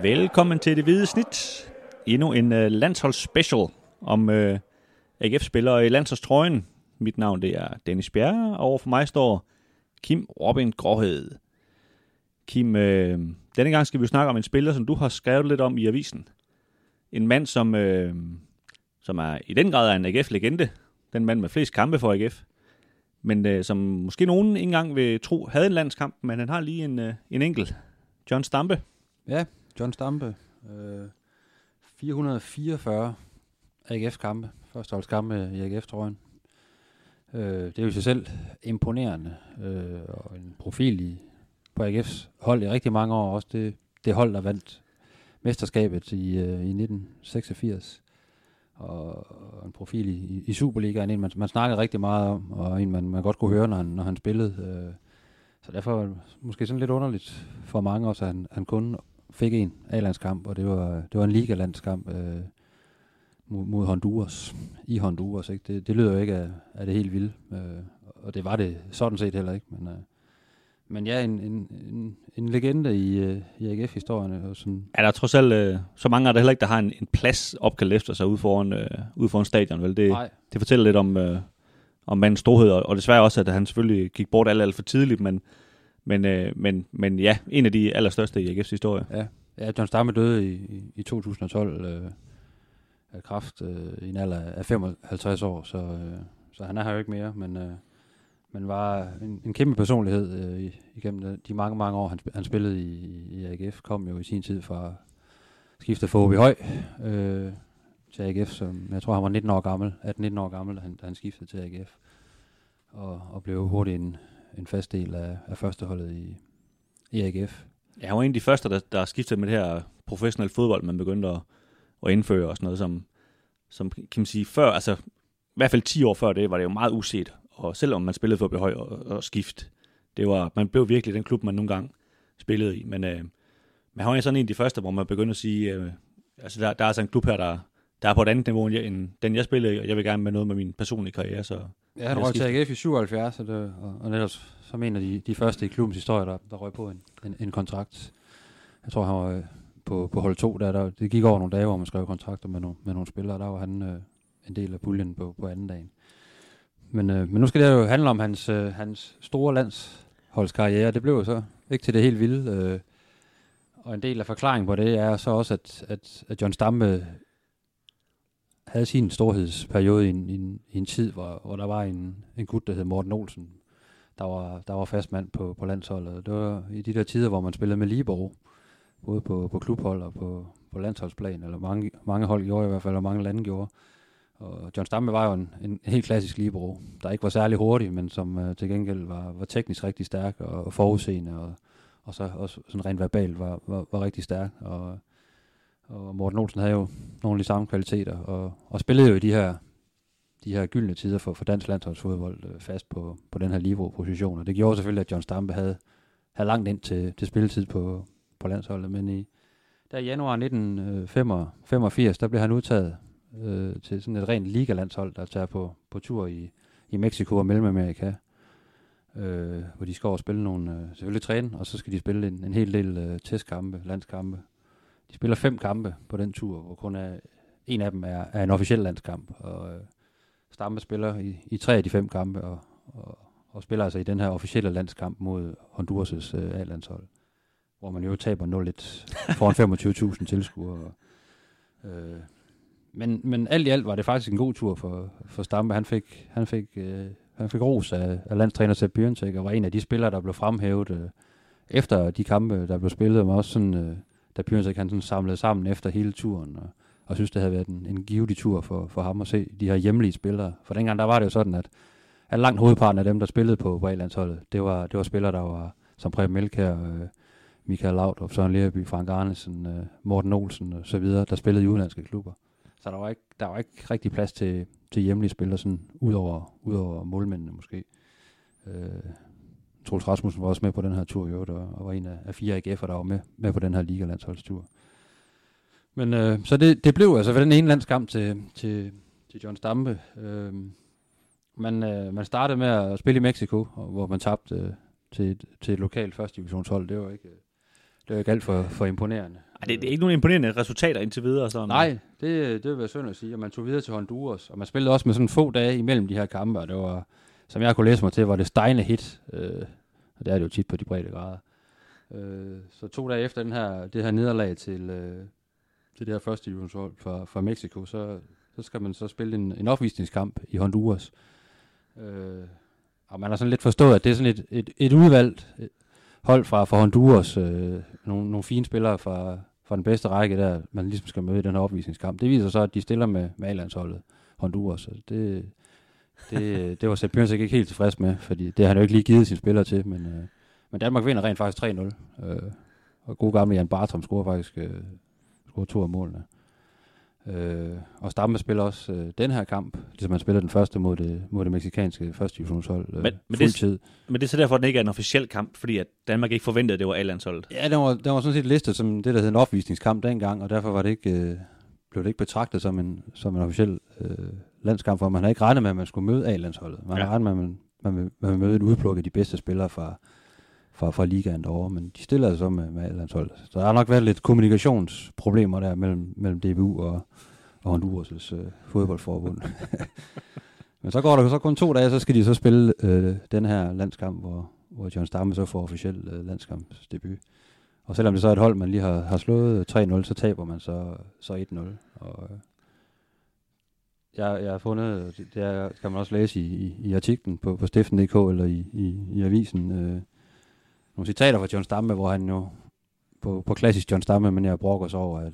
Velkommen til Det Hvide Snit. Endnu en landsholdsspecial om AGF-spillere i landsholdstrøjen. Mit navn det er Dennis Bjerre, og overfor mig står Kim Robin Gråhed. Kim, denne gang skal vi jo snakke om en spiller, som du har skrevet lidt om i avisen. En mand, som er i den grad er en AGF-legende. Den mand med flest kampe for AGF. Men som måske nogen ikke engang vil tro havde en landskamp, men han har lige en enkelt. John Stampe. Ja, John Stampe. 444 AGF-kampe. Førsteholdskampe i AGF-trøjen. Det er jo i sig selv imponerende. Og en profil på AGF's hold i rigtig mange år. Også det hold, der vandt mesterskabet i 1986. Og en profil i Superligaen, en man snakkede rigtig meget om, og en man godt kunne høre, når han spillede. Så derfor var det måske sådan lidt underligt for mange også, at han kun fik en A-landskamp, og det var en liga-landskamp mod Honduras, i Honduras. Ikke? Det lyder jo ikke af det helt vilde, og det var det sådan set heller ikke. Men ja, en legende i AGF-historien. Ja, der er trods alt så mange af der heller ikke, der har en plads opkaldt efter sig ude foran stadion. Vel? Det fortæller lidt om mandens storhed, og desværre også, at han selvfølgelig gik bort alt for tidligt, men ja, en af de allerstørste i AGF's historie. Ja, John Stampe døde i 2012 af kræft i en alder af 55 år, så han er her jo ikke mere, men var en kæmpe personlighed igennem de mange, mange år, han spillede i AGF. Kom jo i sin tid fra skiftet fra OB Høj til AGF, som jeg tror, han var 19 år gammel, 18-19 år gammel, da han skiftede til AGF. Og blev hurtigt en fast del af førsteholdet i AGF. Ja, han var en af de første, der skiftede med det her professionelle fodbold, man begyndte at indføre og sådan noget, som kan man sige før, altså i hvert fald 10 år før det, var det jo meget uset. Og selvom man spillede for OB Høj og skift, man blev virkelig den klub, man nogle gange spillede i. Men man har jo sådan en af de første, hvor man begynder at sige, altså der er altså en klub her, der er på et andet niveau end den, jeg spillede, og jeg vil gerne med noget med min personlige karriere. Så ja, han røg til AGF i 77, og netop som en af de første i klubbens historie, der røg på en kontrakt. Jeg tror, han var på hold 2, det gik over nogle dage, hvor man skrev kontrakter med nogle spillere, der var han en del af puljen på anden dagen. Men nu skal det jo handle om hans store landsholdskarriere. Det blev jo så ikke til det helt vilde. Og en del af forklaringen på det er så også, at John Stampe havde sin storhedsperiode i en tid, hvor der var en gut, der hed Morten Olsen, der var fast mand på landsholdet. Det var i de der tider, hvor man spillede med Libero, både på klubhold og på landsholdsplan, eller mange hold gjorde i hvert fald, og mange lande gjorde. Og John Stampe var jo en helt klassisk libero, der ikke var særlig hurtig, men som til gengæld var teknisk rigtig stærk og forudseende, og så også sådan rent verbalt var rigtig stærk. Og Morten Olsen havde jo nogle af de samme kvaliteter, og spillede jo i de her gyldne tider for dansk landsholdsfodbold fast på den her libero-position. Og det gjorde selvfølgelig, at John Stampe havde langt ind til spilletid på landsholdet. Men der i januar 1985, der blev han udtaget til sådan et rent ligalandshold, der tager på tur i Mexico og Mellemamerika, hvor de skal over og spille nogle, selvfølgelig træne, og så skal de spille en hel del testkampe, landskampe. De spiller 5 kampe på den tur, hvor kun en af dem er en officiel landskamp, og Stampe spiller i 3 af de 5 kampe, og spiller altså i den her officielle landskamp mod Honduras' A-landshold, hvor man jo taber 0-1 foran 25.000 tilskuere. Men alt i alt var det faktisk en god tur for Stampe. Han fik ros af landstræner Sepp Bjørntek, og var en af de spillere, der blev fremhævet efter de kampe, der blev spillet, men også sådan, da Bjørntek han sådan samlede sammen efter hele turen, og synes, det havde været en givtig tur for ham at se de her hjemlige spillere. For dengang, der var det jo sådan, at langt hovedparten af dem, der spillede på A-landsholdet, det var spillere, der var som Preben Elkjær, Michael Laudrup, Søren Lerby, Frank Arnesen, Morten Olsen og så videre, der spillede i udenlandske klubber. Så der var ikke rigtig plads til hjemlige spillere, sådan udover målmændene måske. Troels Rasmussen var også med på den her tur, jo, og var en af 4 AGF'er, der var med på den her ligalandsholdstur. Men så det blev altså den ene landskamp til John Stampe. Man startede med at spille i Mexico, hvor man tabte til et lokalt første divisionshold. det er ikke alt for imponerende. Det er ikke nogen imponerende resultater indtil videre. Sådan. Nej, det vil være synd at sige. Og man tog videre til Honduras, og man spillede også med sådan få dage imellem de her kampe, og det var, som jeg kunne læse mig til, var det stegende hit. Og det er det jo tit på de brede grader. Så 2 dage efter det her nederlag til det her første divisionshold fra Mexico, så skal man så spille en opvisningskamp i Honduras. Og man har sådan lidt forstået, at det er sådan et udvalgt hold fra Honduras, nogle fine spillere fra den bedste række, der man ligesom skal møde i den her opvisningskamp. Det viser så, at de stiller med A-landsholdet Honduras. Det var Sepp Piontek ikke helt tilfreds med, fordi det har han jo ikke lige givet sine spillere til, men Danmark vinder rent faktisk 3-0. Og gode gamle Jan Bartram scorer 2 af målene. Og Stampe spiller også den her kamp, ligesom han spiller den første mod det mexikanske første divisionshold fuldtid. Men det er så derfor, at den ikke er en officiel kamp, fordi at Danmark ikke forventede, at det var A-landsholdet. Ja, den var sådan set listet som det, der hed en opvisningskamp dengang, og derfor var det ikke, blev det ikke betragtet som en officiel landskamp, for man havde ikke regnet med, at man skulle møde A-landsholdet. Man havde regnet med, at man ville møde et udpluk af de bedste spillere fra ligaen derovre, men de stillede så med A-landsholdet. Så der har nok været lidt kommunikationsproblemer der mellem DBU og Honduras' fodboldforbund. Men så går der så kun 2 dage, så skal de så spille den her landskamp, hvor John Stampe så får officiel landskampsdebut. Og selvom det så er et hold, man lige har slået 3-0, så taber man så 1-0. Og jeg har fundet, det kan man også læse i artiklen på Stiften.dk eller i avisen, nogle citater fra John Stampe, hvor han jo på klassisk John Stampe, men jeg brokker sig over,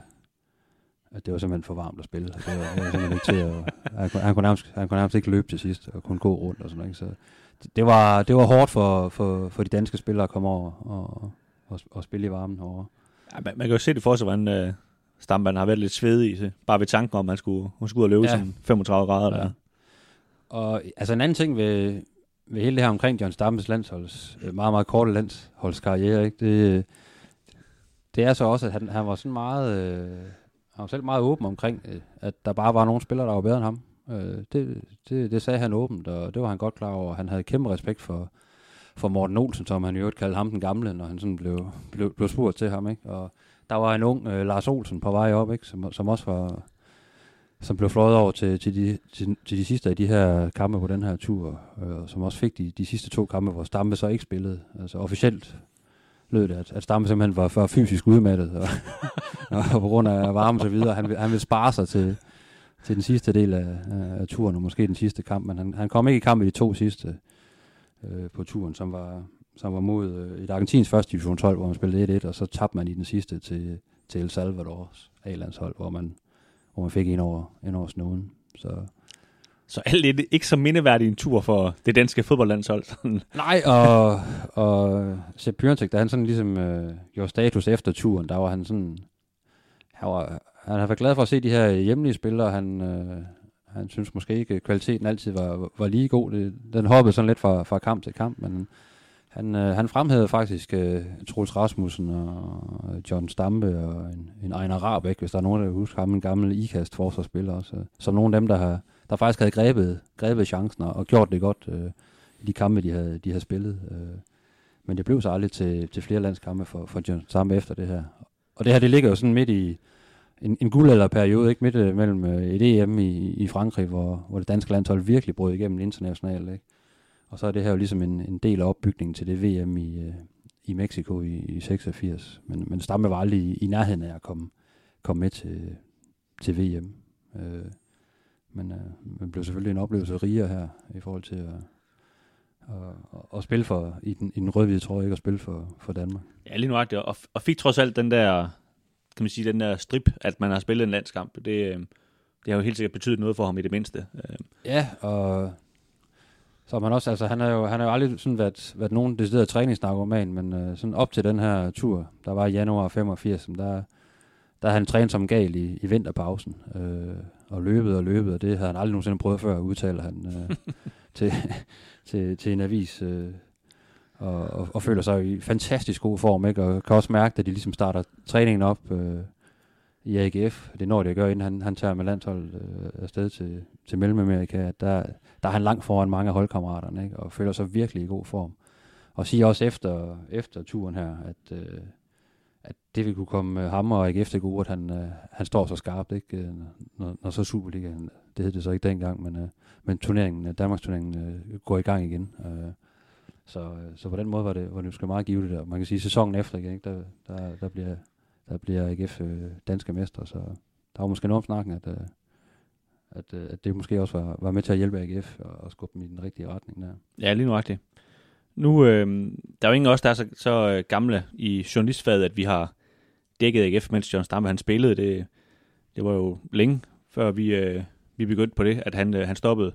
at det var simpelthen for varmt at spille. Det var simpelthen ikke til at, han kunne nærmest ikke løbe til sidst og kunne gå rundt og sådan noget. Så det var hårdt for de danske spillere at komme over og spille i varmen herovre. Ja, man kan jo se det for sig, hvordan Stampe har været lidt svedig, bare ved tanken om, at hun skulle ud og løbe sådan 35 grader der. Og altså en anden ting ved hele det her omkring John Stampes meget, meget korte landsholdskarriere, ikke? Det er så også, at han var sådan meget, han var selv meget åben omkring, at der bare var nogle spillere, der var bedre end ham. Det sagde han åbent, og det var han godt klar over. Han havde kæmpe respekt for Morten Olsen, som han i øvrigt kaldte ham den gamle, når han sådan blev spurgt til ham, ikke? Og der var en ung Lars Olsen på vej op, ikke? Som også var, som blev fløjet over til de sidste af de her kampe på den her tur, som også fik de sidste 2 kampe, hvor Stampe så ikke spillede. Altså officielt lød det, at Stampe simpelthen var for fysisk udmattet, og på grund af varme og så videre. Han ville spare sig til den sidste del af turen, og måske den sidste kamp, men han kom ikke i kamp i de 2 sidste på turen, som var mod et argentinsk første divisionshold, hvor man spillede 1-1, og så tabte man i den sidste til El Salvadors A-landshold, hvor man fik en over snuden. Så alt det ikke så mindeværdig en tur for det danske fodboldlandshold. Nej, og Sepp Piontek, da han sådan ligesom gjorde status efter turen, der var han sådan, han har været glad for at se de her hjemlige spillere. Han synes måske ikke, kvaliteten altid var lige god. Den hoppede sådan lidt fra kamp til kamp, men han fremhævede faktisk Troels Rasmussen og John Stampe og en Einar Rahbek, hvis der er nogen, der husker ham, en gammel IKAST forsvarsspiller også. Som nogle af dem, der faktisk havde grebet chancen og gjort det godt i de kampe, de havde spillet. Men det blev så aldrig til flere landskampe for John Stampe efter det her. Og det her, det ligger jo sådan midt i en guldalderperiode, ikke, midt mellem et EM i Frankrig, hvor det danske landshold virkelig brød igennem internationalt, ikke? Og så er det her jo ligesom en del af opbygningen til det VM i Mexico i 86. Men Stampe var aldrig i nærheden af at komme med til VM. Men blev selvfølgelig en oplevelse rigere her i forhold til at spille i den rød-hvide trøje, ikke at spille for Danmark. Ja, lige nuagtigt. Og fik trods alt den der, kan man sige, den der strip, at man har spillet en landskamp. Det har jo helt sikkert betydet noget for ham i det mindste. Ja, og så man også, altså han har jo aldrig sådan været nogen decideret træningsnarkoman, men sådan op til den her tur, der var i januar 85, der havde han trænet som gal i vinterpausen, og løbet, og det havde han aldrig nogensinde prøvet før, udtaler han til en avis, og føler sig i fantastisk god form, ikke? Og kan også mærke, at de ligesom starter træningen op i AGF, det når det at gøre, inden han tager med landsholdet afsted til Mellemamerika, der er han langt foran mange af holdkammeraterne, ikke? Og føler sig virkelig i god form. Og siger også efter turen her, at det vil kunne komme ham og AGF til gode, at han står så skarpt, ikke? Når så Superligaen, det hed det så ikke dengang, men turneringen, Danmarks-turneringen går i gang igen. Så på den måde var det måske meget givet det der. Man kan sige, sæsonen efter igen, ikke? Der bliver AGF danske mestre, så der var måske noget om snakken, at det måske også var med til at hjælpe AGF og skubbe dem i den rigtige retning der. Ja, lige nuagtigt. Nu, der er jo ingen af os, der er så gamle i journalistfaget, at vi har dækket AGF, mens John Stampe han spillede. Det var jo længe, før vi begyndte på det, at han stoppede.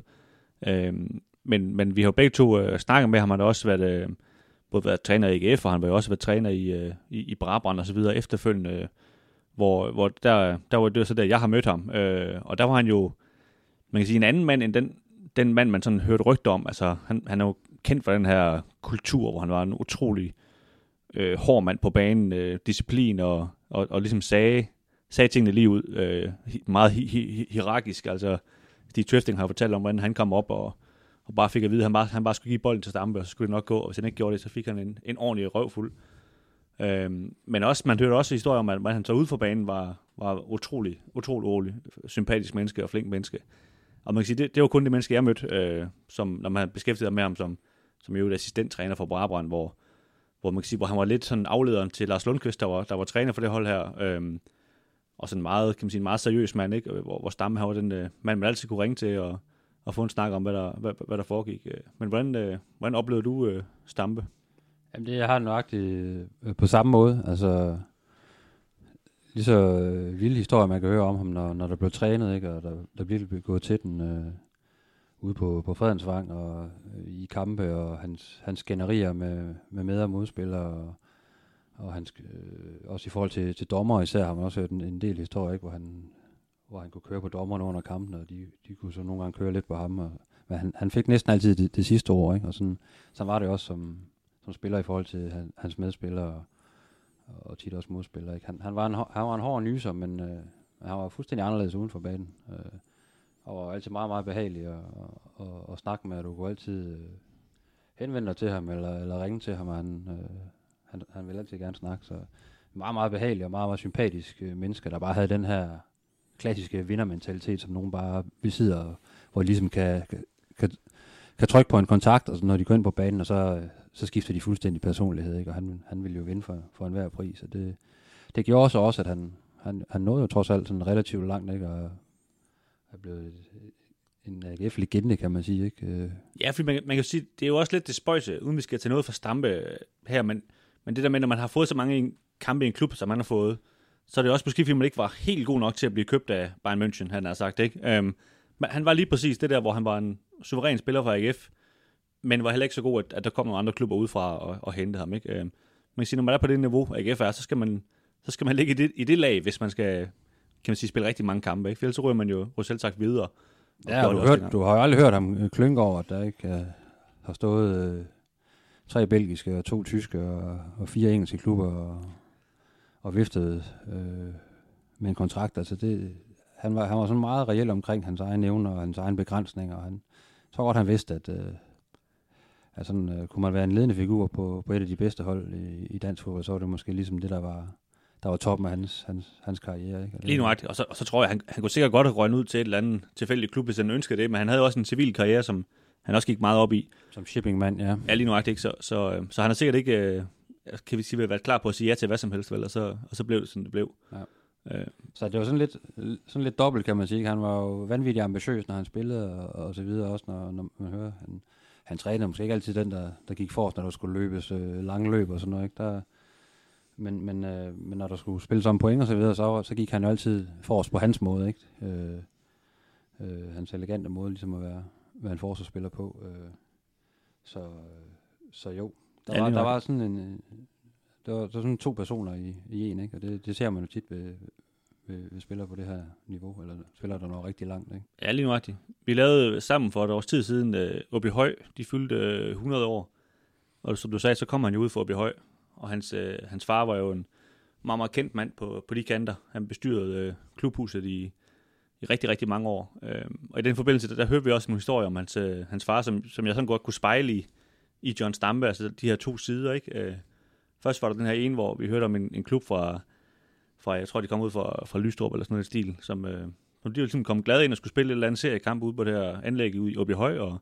Men vi har jo begge to snakket med ham. Han har også både været træner i AGF, og han var jo også været træner i Brabrand og så videre efterfølgende, hvor der var det så der, jeg har mødt ham. Og der var han jo, man kan sige, en anden mand end den mand, man sådan hørte rygter om. Altså, han er jo kendt for den her kultur, hvor han var en utrolig hård mand på banen, disciplin og ligesom sagde tingene lige ud, meget hierarkisk. Altså, Stig Tøfting har fortalt om, hvordan han kom op og bare fik at vide, at han bare skulle give bolden til Stampe, og så skulle det nok gå, og hvis han ikke gjorde det, så fik han en ordentlig røvfuld. Men også, man hørte også historier om, at han så ud for banen var utrolig sympatisk menneske og flink menneske. Og man kan sige, det var kun det menneske, jeg mødte, som, når man beskæftigede sig med ham som jo assistenttræner for Brabrand, hvor man kan sige, hvor han var lidt sådan aflederen til Lars Lundqvist, der var træner for det hold her. Og sådan meget, kan man sige, en meget seriøs mand, ikke? Hvor Stampe var den mand, man altid kunne ringe til og få en snak om, hvad der foregik. Men hvordan oplevede du Stampe? Jamen det har nøjagtigt på samme måde. Altså lige så vilde historier, man kan høre om ham, når der blev trænet, ikke? Og der blev gået til den ude på Fredensvang og i kampe, og hans skænderier med og modspillere, og hans, også i forhold til dommer især, har man også hørt en del historier, ikke? Hvor han kunne køre på dommerne under kampen, og de kunne så nogle gange køre lidt på ham. Men han fik næsten altid det sidste ord, ikke? Og sådan var det også som spiller i forhold til hans medspillere og tit også modspillere, ikke? Han var en hård nyser, men han var fuldstændig anderledes uden for banen. Og var altid meget, meget behagelig at snakke med, og du kunne altid henvende dig til ham eller ringe til ham, og han ville altid gerne snakke. Så meget, meget behagelig og meget, meget sympatisk menneske, der bare havde den her klassiske vindermentalitet, som nogen bare besidder, hvor de ligesom kan trykke på en kontakt, og så når de går ind på banen, og så skifter de fuldstændig personlighed, ikke? Og han ville jo vinde for enhver pris, og det gjorde også, at han nåede jo trods alt sådan relativt langt, ikke? Og er blevet en AGF-legende, kan man sige, ikke? Ja, fordi man kan jo sige, det er jo også lidt det spøjse, uden vi skal til noget for Stampe her, men det der med, når man har fået så mange kampe i en klub, som man har fået, så er det også måske, fordi man ikke var helt god nok til at blive købt af Bayern München, han har sagt, ikke? Men han var lige præcis det der, hvor han var en suveræn spiller for AGF, men var heller ikke så god, at der kom nogle andre klubber udefra og hente ham, ikke? Man kan sige, når man er på det niveau, AGF er, så skal man ligge i det lag, hvis man skal, kan man sige, spille rigtig mange kampe, ikke? For ellers så ryger man jo selv sagt videre. Ja, du har jo aldrig hørt ham klynge over, at der ikke har stået 3 belgiske og 2 tyske og 4 engelske klubber og viftet med en kontrakt. Altså han var sådan meget reel omkring hans egen evner og hans egen begrænsninger. Og han tror godt, han vidste, at sådan, kunne man være en ledende figur på et af de bedste hold i dansk fodbold, så var det måske ligesom det, der var toppen af hans karriere, ikke? Lige nuagtigt, og så tror jeg, han kunne sikkert godt have røget ud til et eller andet tilfældigt klub, hvis han ønskede det, men han havde også en civil karriere, som han også gik meget op i. Som shippingmand, ja. Ja, lige nuagtigt, ikke? Så han har sikkert ikke, kan vi sige, været klar på at sige ja til hvad som helst, vel? Og så blev det, sådan det blev. Ja. Så det var sådan lidt dobbelt, kan man sige. Han var jo vanvittigt ambitiøs, når han spillede, og så videre også, når man hører. Han trænede måske ikke altid den, der gik forrest, når der skulle løbes lange løb og sådan noget, ikke? Men når der skulle spilles om point og så videre, så gik han jo altid forrest på hans måde, ikke? Hans elegante måde ligesom at være en forsvarsspiller på. Så jo, der var sådan der var sådan 2 personer i en, ikke? Og det ser man jo tit ved spillere på det her niveau, eller spillere, der når rigtig langt, ikke? Ja, lige nuagtigt. Vi lavede sammen for et års tid siden Åby Høj, de fyldte 100 år, og som du sagde, så kom han jo ud for Åby Høj, og hans far var jo en meget, meget kendt mand på de kanter. Han bestyrede klubhuset i rigtig, rigtig mange år. Og i den forbindelse, der hørte vi også en historie om hans far, som jeg sådan godt kunne spejle i John Stampe, altså de her 2 sider, ikke? Først var der den her ene, hvor vi hørte om en klub fra jeg tror, de kom ud fra Lystrup eller sådan noget stil, som de var ligesom kommet glade ind og skulle spille et eller andet seriekamp ude på det her anlæg i Åbyhøj, og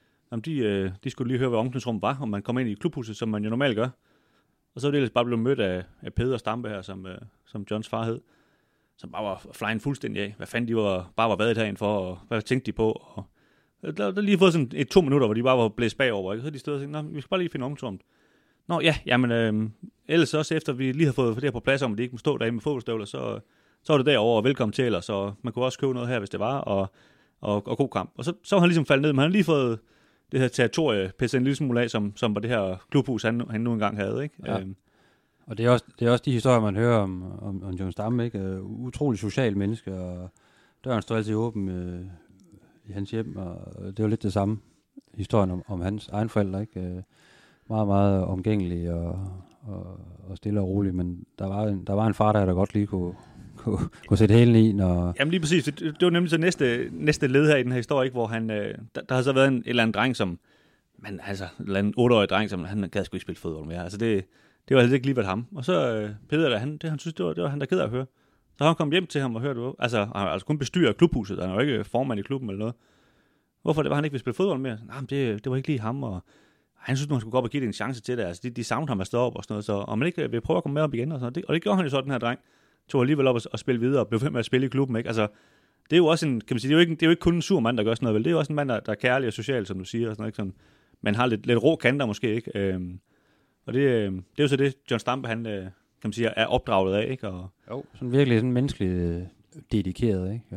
de skulle lige høre, hvad omklædningsrummet var, om man kom ind i klubhuset, som man jo normalt gør. Og så var det ellers bare blevet mødt af Peder Stampe her, som Johns far hed, som bare var flying fuldstændig af. Hvad fanden de bare var været herinde for, og hvad tænkte de på? Og der lige fået sådan 2 minutter, hvor de bare var blæst bagover, ikke? Så de stod og tænkte, vi skal bare lige finde omklædningsrummet. Nå ja, jamen ellers også efter vi lige har fået det her på plads, om de ikke må stå derinde med fodboldstøvler, så var det derovre, og velkommen til ellers, så man kunne også købe noget her, hvis det var, og god kamp. Og så var han ligesom faldet ned, men han har lige fået det her territorie pisset en lille smule af, som var det her klubhus, han nu engang havde, ikke? Ja. Og det er også de historier, man hører om John Stampe, ikke? Utrolig social menneske, og døren står altid åben i hans hjem, og det er jo lidt det samme historien om hans egen forældre, ikke? Meget, meget omgængelig og stille og rolig, men der var en far, der godt lige kunne sætte hælen i, når... Jamen lige præcis, det var nemlig så næste led her i den her historie, ikke, hvor han, der har så været en eller anden dreng, som, men altså, en eller anden 8-årig dreng, som han gad sgu ikke spille fodbold mere, altså det var altså ikke lige været ham, og så Peder, han synes, det var han der ked af at høre, så han kom hjem til ham og hørte, altså, han altså kun bestyrer klubhuset, han er jo ikke formand i klubben eller noget, hvorfor det var, han ikke ville spille fodbold mere, nej, det var ikke lige ham, og han synes, man skulle gå op og give det en chance til det. Altså, de savnede ham at stå op og sådan noget, så om man ikke vil prøve at komme med op igen og sådan noget. Og det gjorde han jo så, den her dreng. Tog alligevel op og spille videre og blev ved med at spille i klubben, ikke? Altså, det er jo også en, kan man sige, det er jo ikke kun en sur mand, der gør sådan noget, vel? Det er jo også en mand, der er kærlig og social, som du siger, og sådan noget, ikke? Sådan, man har lidt rå kanter måske, ikke? Og det er jo så det, John Stampe, han, kan man sige, er opdraget af, ikke? Og jo, sådan virkelig sådan menneskeligt dedikeret, ikke?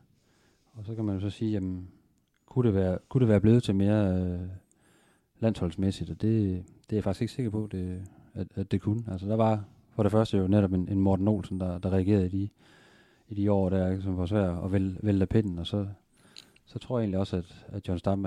Og så kan man jo så sige, jamen, kunne det være blevet til mere... landsholdsmæssigt, og det er jeg faktisk ikke sikker på, at det kunne. Altså der var for det første jo netop en Morten Olsen, der reagerede i de år der, ikke, som var svært at vælge pinden, og så tror jeg egentlig også, at John Stampe,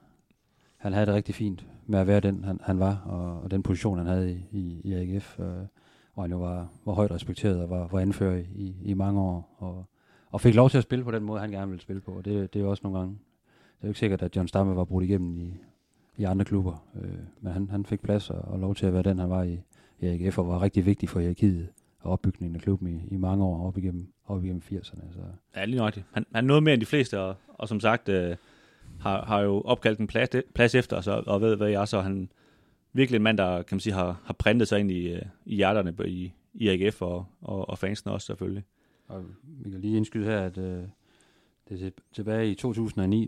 han havde det rigtig fint med at være den, han var, og den position, han havde i AGF, hvor han jo var højt respekteret og var anfører i mange år, og fik lov til at spille på den måde, han gerne ville spille på, og det er jo også nogle gange, det er jo ikke sikkert, at John Stampe var brudt igennem i andre klubber, men han fik plads og lov til at være den, han var i AGF, og var rigtig vigtig for hierarkiet og opbygningen af klubben i mange år op igennem 80'erne. Så. Ja, lige nøjagtigt. Han er noget mere end de fleste, og som sagt har jo opkaldt en plads efter os, og ved hvad jeg er, så han virkelig en mand, der kan man sige, har printet sig ind i hjerterne i AGF og fansene også selvfølgelig. Og vi kan lige indskyde her, at det er tilbage i 2009,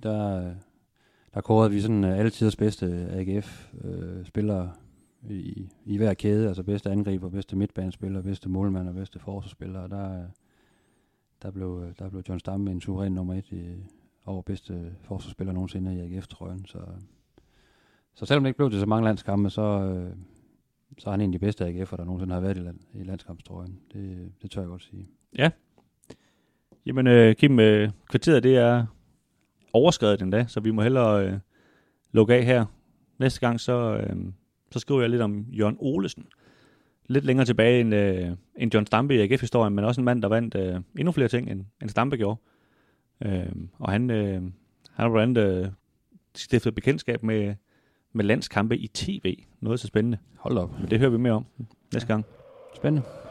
der kårede vi sådan altiders bedste AGF-spillere i hver kæde, altså bedste angriber, bedste midtbanespiller, bedste målmand og bedste forsvarsspiller, og der blev John Stampe en suveræn nummer 1 over bedste forsvarsspiller nogensinde i AGF-trøjen, så selvom det ikke blev til så mange landskampe, så er han en af de bedste AGF'er, der nogensinde har været i landskampstrøjen. Det tør jeg godt sige. Ja. Jamen, Kim, kvarteret, det er overskredet den dag, så vi må hellere lukke af her. Næste gang, så skriver jeg lidt om Jørgen Olesen. Lidt længere tilbage end John Stampe i AGF-historien, men også en mand, der vandt endnu flere ting, end Stampe gjorde. Og han har blandt andet stiftet bekendtskab med landskampe i tv. Noget så spændende. Hold op. Men det hører vi mere om næste gang. Spændende.